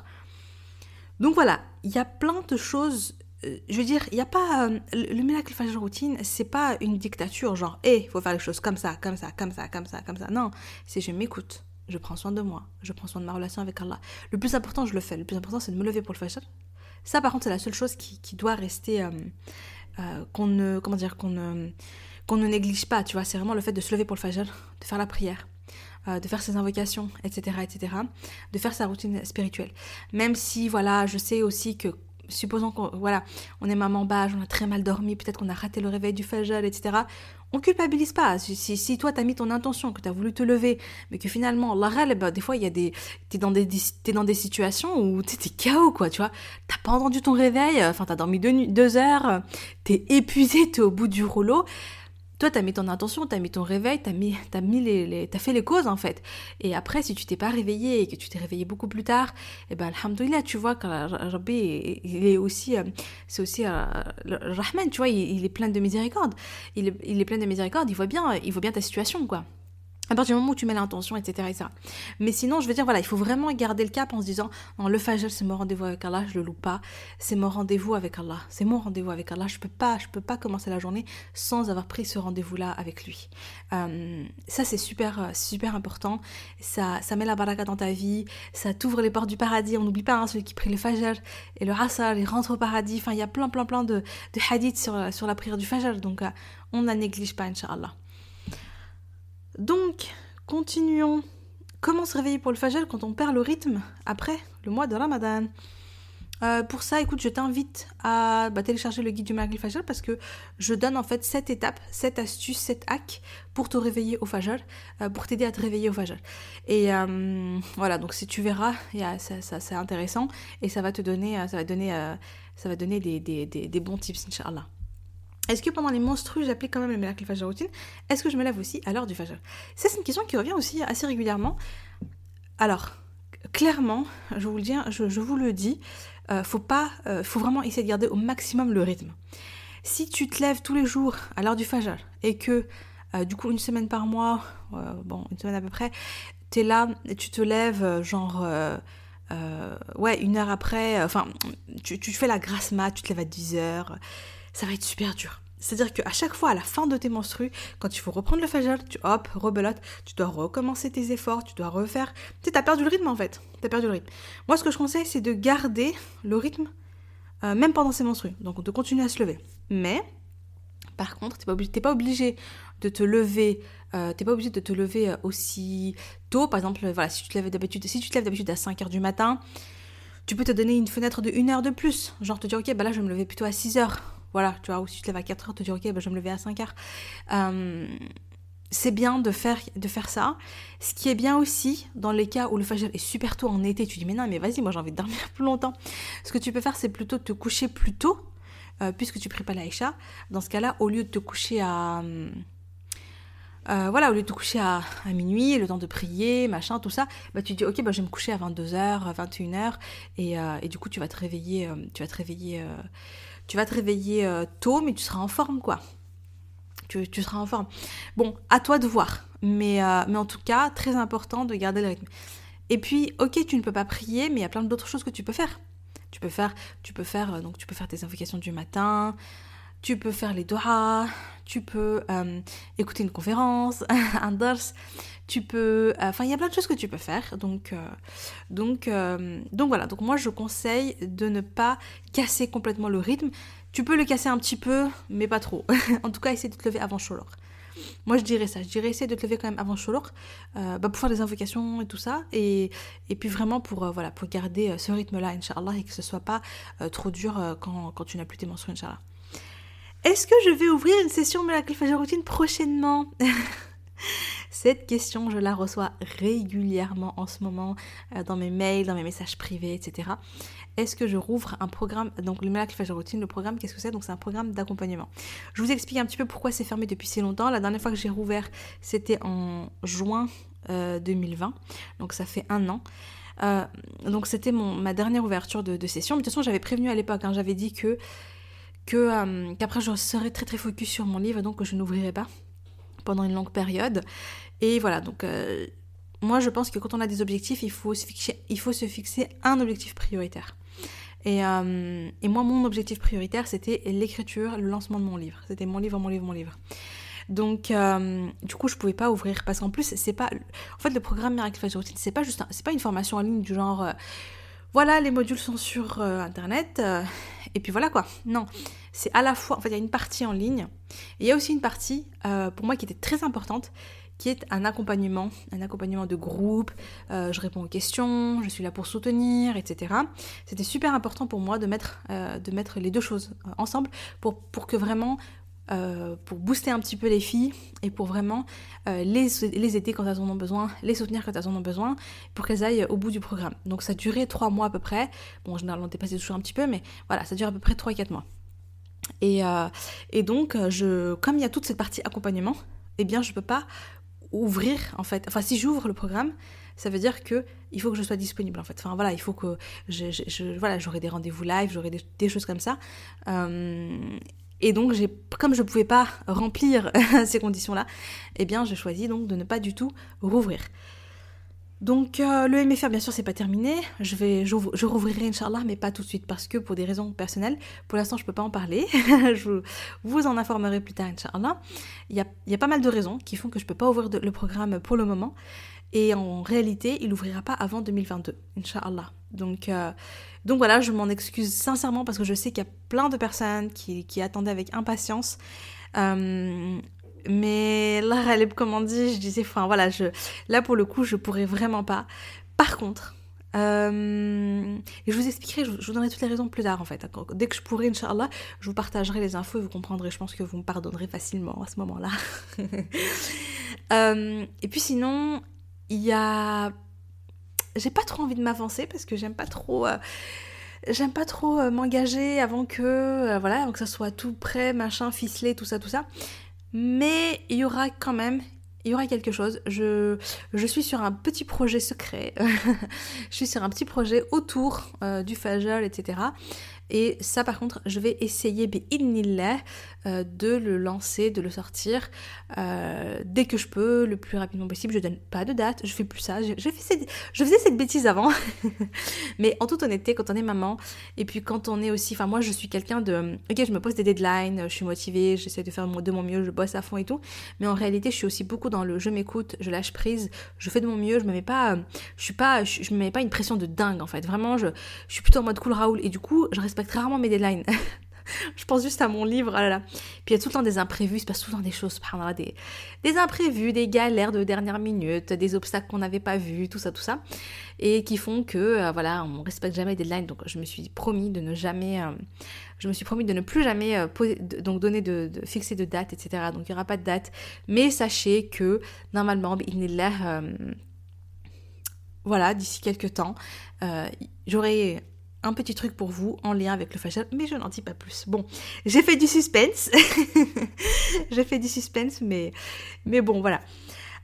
A: Donc voilà, il y a plein de choses. Je veux dire, il n'y a pas... Euh, le miracle fajr routine, c'est pas une dictature, genre, hé, hey, il faut faire les choses comme ça, comme ça, comme ça, comme ça, comme ça. Non, c'est je m'écoute, je prends soin de moi, je prends soin de ma relation avec Allah. Le plus important, je le fais. Le plus important, c'est de me lever pour le fajr. Ça, par contre, c'est la seule chose qui, qui doit rester... Euh, euh, qu'on ne... Comment dire qu'on ne, qu'on ne néglige pas, tu vois. C'est vraiment le fait de se lever pour le fajr, de faire la prière, euh, de faire ses invocations, et cetera, et cetera. De faire sa routine spirituelle. Même si, voilà, je sais aussi que supposons qu'on voilà, on est maman bâche, on a très mal dormi, peut-être qu'on a raté le réveil du fajr, et cetera. On culpabilise pas. Si, si, si toi, t'as mis ton intention, que t'as voulu te lever, mais que finalement, Allah ghalib, des fois, il y a des... T'es dans des, t'es dans des situations où t'es K O, quoi, tu vois. T'as pas entendu ton réveil, enfin, t'as dormi deux, deux heures, t'es épuisé, t'es au bout du rouleau. Toi, t'as mis ton intention, t'as mis ton réveil, t'as mis, t'as mis les, les, t'as fait les causes, en fait. Et après, si tu t'es pas réveillé et que tu t'es réveillé beaucoup plus tard, eh ben, alhamdoulilah, tu vois, quand Rabbi, il est aussi, euh, c'est aussi, euh, le Rahman, tu vois, il, il est plein de miséricorde. Il est, il est plein de miséricorde, il voit bien, il voit bien ta situation, quoi. À partir du moment où tu mets l'intention, et cetera, et cetera. Mais sinon, je veux dire, voilà, il faut vraiment garder le cap en se disant, non, le fajr, c'est mon rendez-vous avec Allah, je le loupe pas. C'est mon rendez-vous avec Allah. C'est mon rendez-vous avec Allah. Je peux pas, je peux pas commencer la journée sans avoir pris ce rendez-vous-là avec lui. Euh, ça, c'est super, super important. Ça, ça met la baraka dans ta vie. Ça t'ouvre les portes du paradis. On n'oublie pas, hein, celui qui prie le fajr et le asr, il rentre au paradis. Enfin, il y a plein, plein, plein de, de hadiths sur, sur la prière du fajr. Donc, euh, on ne la néglige pas, Inch'Allah. Donc, continuons. Comment se réveiller pour le fajr quand on perd le rythme après le mois de Ramadan ? euh, Pour ça, écoute, je t'invite à bah, télécharger le guide du miracle fajr parce que je donne en fait sept étapes, sept astuces, sept hacks pour te réveiller au fajr, euh, pour t'aider à te réveiller au fajr. Et euh, voilà, donc si tu verras, yeah, ça, ça, c'est intéressant et ça va te donner, ça va donner, euh, ça va donner des, des, des, des bons tips, Inch'Allah. Est-ce que pendant les menstrues, j'applique quand même le miracle fajr routine ? Est-ce que je me lève aussi à l'heure du fajr ? Ça, c'est une question qui revient aussi assez régulièrement. Alors, clairement, je vous le dis, je, je vous le dis, euh, faut pas, euh, faut vraiment essayer de garder au maximum le rythme. Si tu te lèves tous les jours à l'heure du fajr et que, euh, du coup, une semaine par mois, euh, bon, une semaine à peu près, t'es là, et tu te lèves, genre... Euh, euh, ouais, une heure après, enfin, tu, tu fais la grasse mat, tu te lèves à dix heures... ça va être super dur. C'est-à-dire qu'à chaque fois, à la fin de tes menstrues, quand il faut reprendre le fajr, tu hop, rebelote, tu dois recommencer tes efforts, tu dois refaire... Tu sais, t'as perdu le rythme en fait. T'as perdu le rythme. Moi, ce que je conseille, c'est de garder le rythme, euh, même pendant ces menstrues. Donc, de continuer à se lever. Mais, par contre, t'es pas obligé, t'es pas obligé de te lever... Euh, t'es pas obligé de te lever aussi tôt. Par exemple, voilà, si tu te lèves d'habitude, si tu te lèves d'habitude à cinq heures du matin, tu peux te donner une fenêtre de une heure de plus. Genre te dire, ok, bah là, je vais me lever plutôt à six heures. Voilà, tu vois, ou si tu te lèves à quatre heures, te dire, ok, bah, je vais me lever à cinq heures. Euh, c'est bien de faire, de faire ça. Ce qui est bien aussi, dans les cas où le fajr est super tôt en été, tu dis, mais non, mais vas-y, moi j'ai envie de dormir plus longtemps. Ce que tu peux faire, c'est plutôt te coucher plus tôt, euh, puisque tu pries pas l'Aïcha. Dans ce cas-là, au lieu de te coucher à... Euh, voilà, au lieu de te coucher à, à minuit, le temps de prier, machin, tout ça, bah tu dis ok, bah je vais me coucher à vingt-deux heures, vingt et une heures, et, euh, et du coup tu vas te réveiller, euh, tu vas te réveiller, euh, tu vas te réveiller euh, tôt, mais tu seras en forme quoi. tu, tu seras en forme. Bon, à toi de voir. Mais, euh, mais en tout cas, très important de garder le rythme. Et puis, ok, tu ne peux pas prier, mais il y a plein d'autres choses que tu peux faire. Tu peux faire, tu peux faire, donc tu peux faire tes invocations du matin, tu peux faire les doigts, tu peux euh, écouter une conférence, un dars, tu peux... Enfin, euh, il y a plein de choses que tu peux faire. Donc, euh, donc, euh, donc voilà, donc moi je conseille de ne pas casser complètement le rythme. Tu peux le casser un petit peu, mais pas trop. En tout cas, essaie de te lever avant Sholor. Moi je dirais ça, je dirais essayer de te lever quand même avant Sholor, euh, bah, pour faire des invocations et tout ça, et, et puis vraiment pour, euh, voilà, pour garder euh, ce rythme-là, Inch'Allah, et que ce soit pas euh, trop dur euh, quand, quand tu n'as plus tes menstrues, Inch'Allah. Est-ce que je vais ouvrir une session Miracle Fajr Routine prochainement? Cette question, je la reçois régulièrement en ce moment euh, dans mes mails, dans mes messages privés, et cetera. Est-ce que je rouvre un programme, donc le Miracle Fajr Routine, le programme, qu'est-ce que c'est? Donc c'est un programme d'accompagnement. Je vous explique un petit peu pourquoi c'est fermé depuis si longtemps. La dernière fois que j'ai rouvert, c'était en juin euh, deux mille vingt, donc ça fait un an. Euh, donc c'était mon, ma dernière ouverture de, de session. Mais de toute façon, j'avais prévenu à l'époque, hein, j'avais dit que, que euh, qu'après je serais très très focus sur mon livre, donc que je n'ouvrirais pas pendant une longue période. Et voilà, donc euh, moi je pense que quand on a des objectifs, il faut se fixer, il faut se fixer un objectif prioritaire. Et, euh, et moi, mon objectif prioritaire, c'était l'écriture, le lancement de mon livre. C'était mon livre, mon livre, mon livre. Donc, euh, du coup, je pouvais pas ouvrir parce qu'en plus, c'est pas... En fait, le programme Miracle Fajr Routine, c'est pas juste un... c'est pas une formation en ligne du genre... Euh, voilà, les modules sont sur euh, Internet, euh, et puis voilà quoi. Non, c'est à la fois... En fait, il y a une partie en ligne, et il y a aussi une partie, euh, pour moi, qui était très importante, qui est un accompagnement, un accompagnement de groupe, euh, je réponds aux questions, je suis là pour soutenir, et cetera. C'était super important pour moi de mettre, euh, de mettre les deux choses ensemble pour, pour que vraiment, euh, pour booster un petit peu les filles et pour vraiment euh, les, les aider quand elles en ont besoin, les soutenir quand elles en ont besoin, pour qu'elles aillent au bout du programme. Donc ça durait trois mois à peu près, bon généralement on dépassait toujours un petit peu, mais voilà, ça dure à peu près trois à quatre mois. Et, euh, et donc, je, comme il y a toute cette partie accompagnement, eh bien je peux pas ouvrir en fait, enfin si j'ouvre le programme, ça veut dire que il faut que je sois disponible en fait, enfin voilà, il faut que je, je, je voilà, j'aurai des rendez-vous live, j'aurai des, des choses comme ça, euh, et donc j'ai, comme je pouvais pas remplir ces conditions là, eh bien j'ai choisi donc de ne pas du tout rouvrir. Donc euh, le M F R bien sûr c'est pas terminé, je vais je, je rouvrirai Inch'Allah, mais pas tout de suite parce que pour des raisons personnelles, pour l'instant je peux pas en parler, je vous en informerai plus tard Inch'Allah. Il y a, il y a pas mal de raisons qui font que je peux pas ouvrir de, le programme pour le moment, et en réalité il ouvrira pas avant deux mille vingt-deux Inch'Allah. Donc, euh, donc voilà, je m'en excuse sincèrement parce que je sais qu'il y a plein de personnes qui, qui attendaient avec impatience. Euh, Mais là, comme on dit, je disais, enfin voilà, je, là pour le coup, je pourrais vraiment pas. Par contre, euh, et je vous expliquerai, je, je vous donnerai toutes les raisons plus tard en fait. Dès que je pourrai, Inch'Allah, je vous partagerai les infos et vous comprendrez. Je pense que vous me pardonnerez facilement à ce moment-là. euh, et puis sinon, il y a... J'ai pas trop envie de m'avancer parce que j'aime pas trop... Euh... J'aime pas trop euh, m'engager avant que, euh, voilà, avant que ça soit tout prêt, machin, ficelé, tout ça, tout ça. Mais il y aura quand même, il y aura quelque chose. Je, je suis sur un petit projet secret. Je suis sur un petit projet autour euh, du Fajr, et cetera. Et ça, par contre, je vais essayer, bi'idnillah, euh, de le lancer, de le sortir euh, dès que je peux, le plus rapidement possible. Je donne pas de date, je fais plus ça. Je, je, fais cette, je faisais cette bêtise avant. Mais en toute honnêteté, quand on est maman, et puis quand on est aussi... Enfin, moi, je suis quelqu'un de... Ok, je me pose des deadlines, je suis motivée, j'essaie de faire de mon mieux, je bosse à fond et tout. Mais en réalité, je suis aussi beaucoup dans le je m'écoute, je lâche prise, je fais de mon mieux, je me mets pas... Je suis pas... Je, je me mets pas une pression de dingue, en fait. Vraiment, je, je suis plutôt en mode cool Raoul. Et du coup, je respecte rarement mes deadlines. Je pense juste à mon livre, ah là là. Puis il y a tout le temps des imprévus, il se passe tout le temps des choses, des, des imprévus, des galères de dernière minute, des obstacles qu'on n'avait pas vus, tout ça, tout ça, et qui font que, euh, voilà, on respecte jamais les deadlines. Donc je me suis promis de ne jamais, euh, je me suis promis de ne plus jamais euh, poser, de, donc donner de, de fixer de date, et cetera. Donc il n'y aura pas de date, mais sachez que normalement, bi'idhnillah, euh, voilà, d'ici quelques temps, euh, j'aurai un petit truc pour vous en lien avec le Fajr, mais je n'en dis pas plus. Bon, j'ai fait du suspense. j'ai fait du suspense, mais, mais bon, voilà.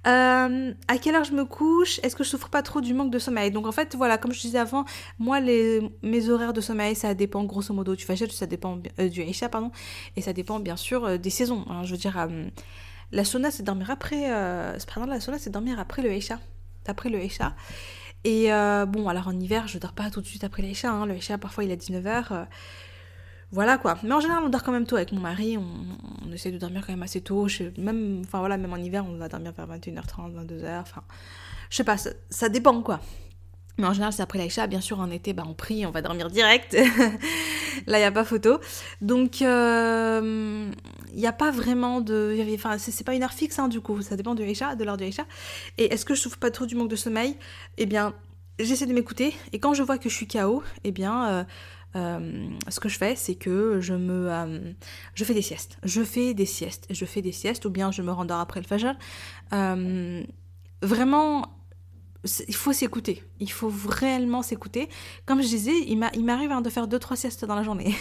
A: Euh, à quelle heure je me couche? Est-ce que je souffre pas trop du manque de sommeil? Donc en fait, voilà, comme je disais avant, moi, les, mes horaires de sommeil, ça dépend grosso modo du fajr, ça dépend euh, du Isha, pardon, et ça dépend bien sûr euh, des saisons. Hein. Je veux dire, euh, la sauna, c'est dormir après, euh, pardon, la sauna, c'est dormir après le Isha, après le Isha. Et euh, bon, alors en hiver, je dors pas tout de suite après le Isha. Hein. Le Isha, parfois, il est à dix-neuf heures. Euh, Voilà quoi. Mais en général, on dort quand même tôt avec mon mari. On, on essaie de dormir quand même assez tôt. Je, même, enfin voilà, même en hiver, on va dormir vers vingt et une heures trente, vingt-deux heures. Enfin, je sais pas, ça, ça dépend quoi. Mais en général, c'est après l'Aïcha. Bien sûr, en été, bah, on prie, on va dormir direct. Là, il n'y a pas photo. Donc, il euh, n'y a pas vraiment de... Enfin, c'est, c'est pas une heure fixe, hein, du coup. Ça dépend du Aïcha, de l'heure du Aïcha. Et est-ce que je souffre pas trop du manque de sommeil? Eh bien, j'essaie de m'écouter. Et quand je vois que je suis K O, eh bien... Euh, Euh, ce que je fais, c'est que je me, euh, je fais des siestes. Je fais des siestes. Je fais des siestes, ou bien je me rendors après le fajr. Euh, vraiment, il faut s'écouter. Il faut réellement s'écouter. Comme je disais, il, m'a, il m'arrive hein, de faire deux trois siestes dans la journée.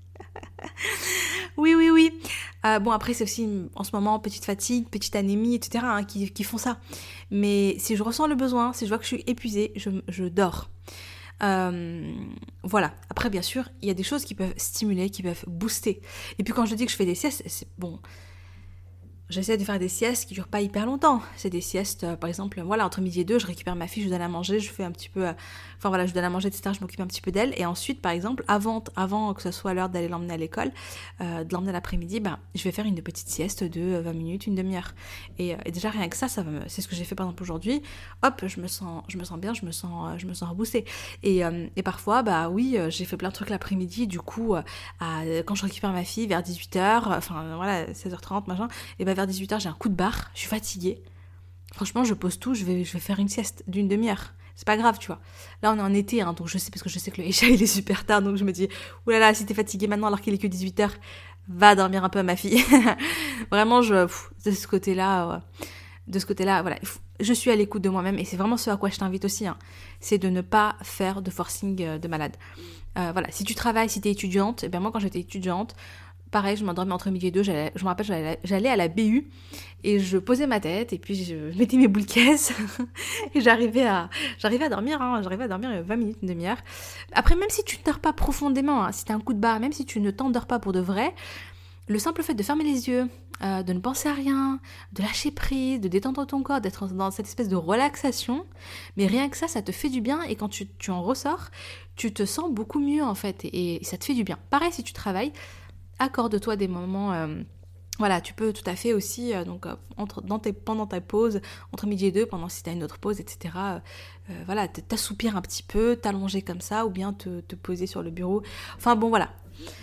A: Oui, oui, oui. Euh, bon, après, c'est aussi, en ce moment, petite fatigue, petite anémie, et cetera, hein, qui, qui font ça. Mais si je ressens le besoin, si je vois que je suis épuisée, je, je dors. Euh, voilà. Après, bien sûr, il y a des choses qui peuvent stimuler, qui peuvent booster. Et puis quand je dis que je fais des siestes, c'est bon. J'essaie de faire des siestes qui durent pas hyper longtemps. C'est des siestes, euh, par exemple, voilà, entre midi et deux, je récupère ma fille, je lui donne à manger, je fais un petit peu, euh, enfin voilà, je lui donne à manger, et cetera. Je m'occupe un petit peu d'elle. Et ensuite, par exemple, avant, avant que ce soit l'heure d'aller l'emmener à l'école, euh, de l'emmener l'après-midi, ben, je vais faire une petite sieste de vingt minutes, une demi-heure. Et, euh, et déjà rien que ça, ça va me, c'est ce que j'ai fait par exemple aujourd'hui. Hop, je me sens, je me sens bien, je me sens, je me sens reboostée. Et, euh, et parfois, bah oui, j'ai fait plein de trucs l'après-midi. Du coup, euh, à, quand je récupère ma fille vers dix-huit heures, enfin voilà, seize heures trente, machin, et ben vers dix-huit heures, j'ai un coup de barre, je suis fatiguée. Franchement, je pose tout, je vais, je vais faire une sieste d'une demi-heure. C'est pas grave, tu vois. Là, on est en été, hein, donc je sais, parce que je sais que le Isha, il est super tard, donc je me dis, oulala, si t'es fatiguée maintenant alors qu'il est que dix-huit heures, va dormir un peu à ma fille. Vraiment, je, pff, de ce côté-là, euh, de ce côté-là, voilà, je suis à l'écoute de moi-même, et c'est vraiment ce à quoi je t'invite aussi, hein, c'est de ne pas faire de forcing de malade. Euh, voilà, si tu travailles, si t'es étudiante, et bien moi, quand j'étais étudiante, pareil, je m'endormais entre midi et deux, j'allais, je me rappelle, j'allais, j'allais à la B U et je posais ma tête et puis je mettais mes boules caisses et j'arrivais à, j'arrivais à dormir, hein, j'arrivais à dormir vingt minutes, une demi-heure. Après, même si tu ne dors pas profondément, hein, si t'as un coup de barre, même si tu ne t'endors pas pour de vrai, le simple fait de fermer les yeux, euh, de ne penser à rien, de lâcher prise, de détendre ton corps, d'être dans cette espèce de relaxation, mais rien que ça, ça te fait du bien et quand tu, tu en ressors, tu te sens beaucoup mieux en fait et, et ça te fait du bien. Pareil si tu travailles, accorde-toi des moments, euh, voilà, tu peux tout à fait aussi, euh, donc euh, entre, dans tes, pendant ta pause, entre midi et deux, pendant si tu as une autre pause, et cetera, euh, voilà, t'assoupir un petit peu, t'allonger comme ça, ou bien te, te poser sur le bureau, enfin bon, voilà.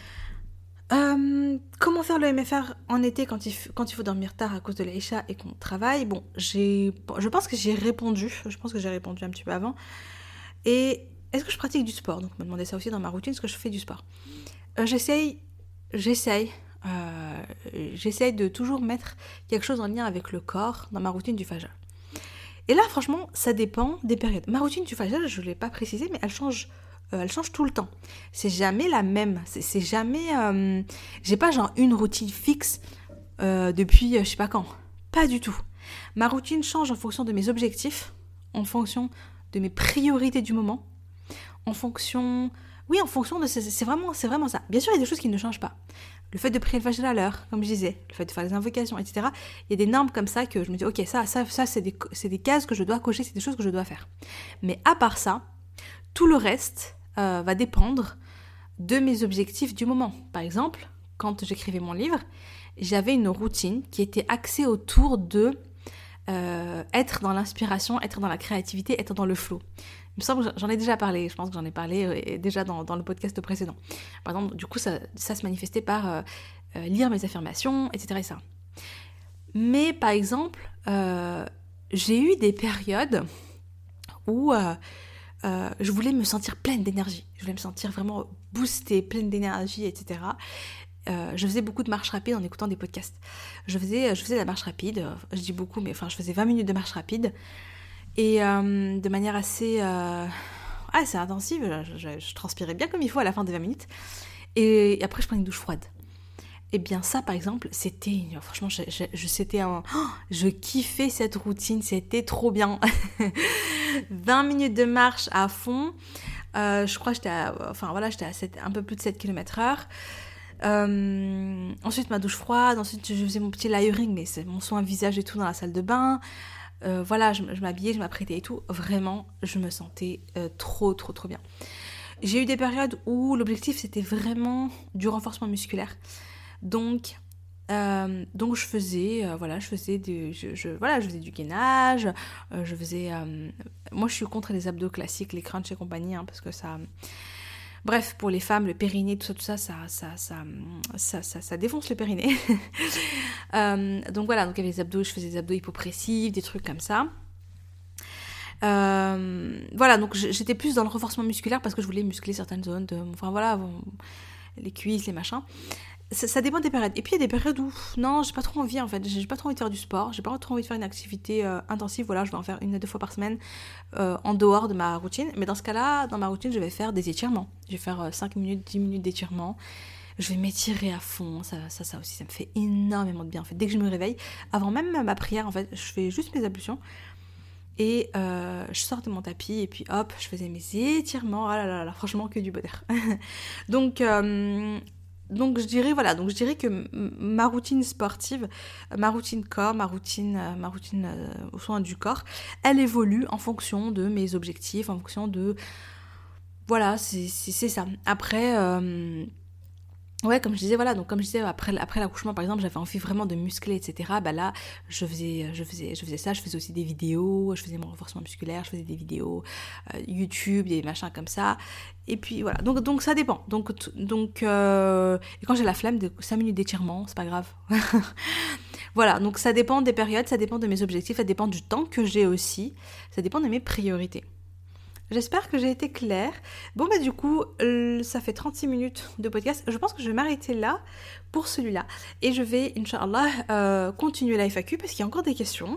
A: Euh, comment faire le M F R en été quand il, f- quand il faut dormir tard à cause de l'Aïcha et qu'on travaille? Bon, j'ai, je pense que j'ai répondu, je pense que j'ai répondu un petit peu avant. Et est-ce que je pratique du sport? Donc, on me demandait ça aussi dans ma routine, est-ce que je fais du sport? euh, J'essaye J'essaye, euh, j'essaye de toujours mettre quelque chose en lien avec le corps dans ma routine du fajr. Et là, franchement, ça dépend des périodes. Ma routine du fajr, je ne l'ai pas précisé, mais elle change, euh, elle change tout le temps. C'est jamais la même. C'est, c'est jamais, euh, j'ai pas genre une routine fixe euh, depuis euh, je sais pas quand. Pas du tout. Ma routine change en fonction de mes objectifs, en fonction de mes priorités du moment, en fonction... Oui, en fonction de... C'est, c'est, vraiment, c'est vraiment ça. Bien sûr, il y a des choses qui ne changent pas. Le fait de prier le fajr à l'heure, comme je disais, le fait de faire les invocations, et cetera. Il y a des normes comme ça que je me dis, ok, ça, ça, ça c'est, des, c'est des cases que je dois cocher, c'est des choses que je dois faire. Mais à part ça, tout le reste euh, va dépendre de mes objectifs du moment. Par exemple, quand j'écrivais mon livre, j'avais une routine qui était axée autour de euh, être dans l'inspiration, être dans la créativité, être dans le flow. Il me semble que j'en ai déjà parlé, je pense que j'en ai parlé euh, déjà dans, dans le podcast précédent. Par exemple, du coup, ça, ça se manifestait par euh, euh, lire mes affirmations, et cetera et cetera. Mais par exemple, euh, j'ai eu des périodes où euh, euh, je voulais me sentir pleine d'énergie. Je voulais me sentir vraiment boostée, pleine d'énergie, et cetera. Euh, je faisais beaucoup de marche rapide en écoutant des podcasts. Je faisais, je faisais de la marche rapide, je dis beaucoup, mais enfin, je faisais vingt minutes de marche rapide. Et euh, de manière assez, euh, assez intensive, je, je, je transpirais bien comme il faut à la fin des vingt minutes. Et, et après, je prenais une douche froide. Eh bien ça par exemple, c'était, franchement, je, je, je- c'était un, oh, je kiffais cette routine, c'était trop bien. vingt minutes de marche à fond, euh, je crois que j'étais à, enfin voilà, j'étais à sept- un peu plus de sept kilomètres heure. Euh, ensuite ma douche froide, ensuite je faisais mon petit layering, mais c'est mon soin visage et tout dans la salle de bain. Euh, voilà, je, je m'habillais, je m'apprêtais et tout. Vraiment, je me sentais euh, trop, trop, trop bien. J'ai eu des périodes où l'objectif c'était vraiment du renforcement musculaire. Donc, euh, donc je faisais, euh, voilà, je faisais du, je, je- voilà, je faisais du gainage, euh, je faisais. Euh, moi, je suis contre les abdos classiques, les crunchs et compagnie, hein, parce que ça. Bref, pour les femmes, le périnée, tout ça, tout ça, ça, ça, ça, ça, ça, ça défonce le périnée. Euh, donc voilà, donc il y avait les abdos, je faisais des abdos hypopressifs, des trucs comme ça. Euh, voilà, donc j'étais plus dans le renforcement musculaire parce que je voulais muscler certaines zones, de, enfin voilà, les cuisses, les machins. Ça, ça dépend des périodes. Et puis il y a des périodes où, non, j'ai pas trop envie en fait, j'ai pas trop envie de faire du sport, j'ai pas trop envie de faire une activité euh, intensive, voilà, je vais en faire une à deux fois par semaine euh, en dehors de ma routine. Mais dans ce cas-là, dans ma routine, je vais faire des étirements. Je vais faire euh, cinq minutes, dix minutes d'étirement. Je vais m'étirer à fond, ça, ça, ça aussi, ça me fait énormément de bien en fait. Dès que je me réveille, avant même ma prière en fait, je fais juste mes ablutions. Et euh, je sors de mon tapis et puis hop, je faisais mes étirements. Ah là là là, franchement que du bonheur. donc, euh, donc je dirais voilà, donc je dirais que m- ma routine sportive, ma routine corps, ma routine, euh, ma routine euh, au soin du corps, elle évolue en fonction de mes objectifs, en fonction de voilà, c'est, c'est, c'est ça. Après. Euh, Ouais, comme je disais, voilà, donc comme je disais, après, après l'accouchement, par exemple, j'avais envie vraiment de muscler, et cetera. Bah là, je faisais, je faisais, je faisais ça, je faisais aussi des vidéos, je faisais mon renforcement musculaire, je faisais des vidéos euh, YouTube, des machins comme ça. Et puis voilà, donc, donc ça dépend. Donc, t- donc euh, et quand j'ai la flemme de cinq minutes d'étirement, c'est pas grave. Voilà, donc ça dépend des périodes, ça dépend de mes objectifs, ça dépend du temps que j'ai aussi, ça dépend de mes priorités. J'espère que j'ai été claire. Bon bah du coup, euh, ça fait trente-six minutes de podcast. Je pense que je vais m'arrêter là pour celui-là. Et je vais, Inch'Allah, euh, continuer la F A Q parce qu'il y a encore des questions.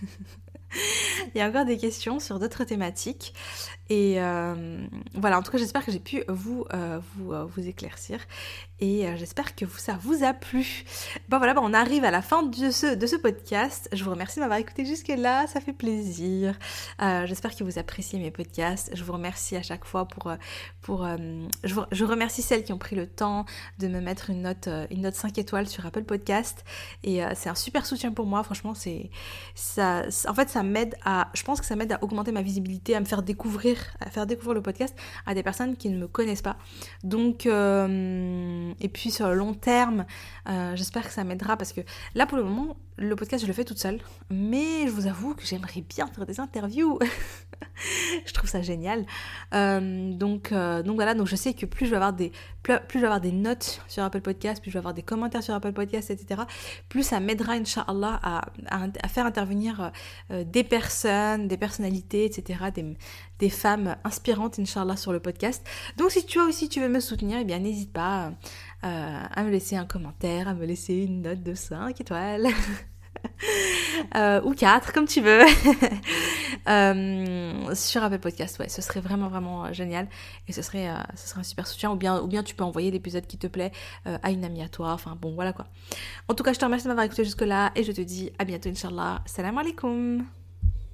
A: Il y a encore des questions sur d'autres thématiques. Et euh, voilà, en tout cas, j'espère que j'ai pu vous, euh, vous, euh, vous éclaircir. Et euh, j'espère que vous, ça vous a plu. Bon voilà, bon, on arrive à la fin de ce, de ce podcast. Je vous remercie de m'avoir écouté jusque-là, ça fait plaisir. Euh, j'espère que vous appréciez mes podcasts. Je vous remercie à chaque fois pour... pour euh, je, vous, je remercie celles qui ont pris le temps de me mettre une note, une note cinq étoiles sur Apple Podcast. Et euh, c'est un super soutien pour moi, franchement. c'est ça, En fait, ça m'aide à... Je pense que ça m'aide à augmenter ma visibilité, à me faire découvrir à faire découvrir le podcast à des personnes qui ne me connaissent pas. Donc, euh, et puis sur le long terme, euh, j'espère que ça m'aidera parce que là, pour le moment, le podcast, je le fais toute seule. Mais je vous avoue que j'aimerais bien faire des interviews. Je trouve ça génial. Euh, donc, euh, donc voilà, donc je sais que plus je vais avoir des, plus, plus je vais avoir des notes sur Apple Podcast, plus je vais avoir des commentaires sur Apple Podcast, et cetera, plus ça m'aidera, Inch'Allah, à, à, à faire intervenir euh, des personnes, des personnalités, et cetera, des, des femmes inspirantes, Inch'Allah, sur le podcast. Donc si toi aussi tu veux me soutenir, eh bien n'hésite pas euh, à me laisser un commentaire, à me laisser une note de cinq étoiles. Euh, ou quatre, comme tu veux. euh, sur Apple Podcast, ouais, ce serait vraiment vraiment génial et ce serait, euh, ce serait un super soutien. Ou bien, ou bien tu peux envoyer l'épisode qui te plaît euh, à une amie à toi. Enfin bon, voilà quoi. En tout cas, je te remercie de m'avoir écouté jusque là et je te dis à bientôt, Inch'Allah. Salam alaikum.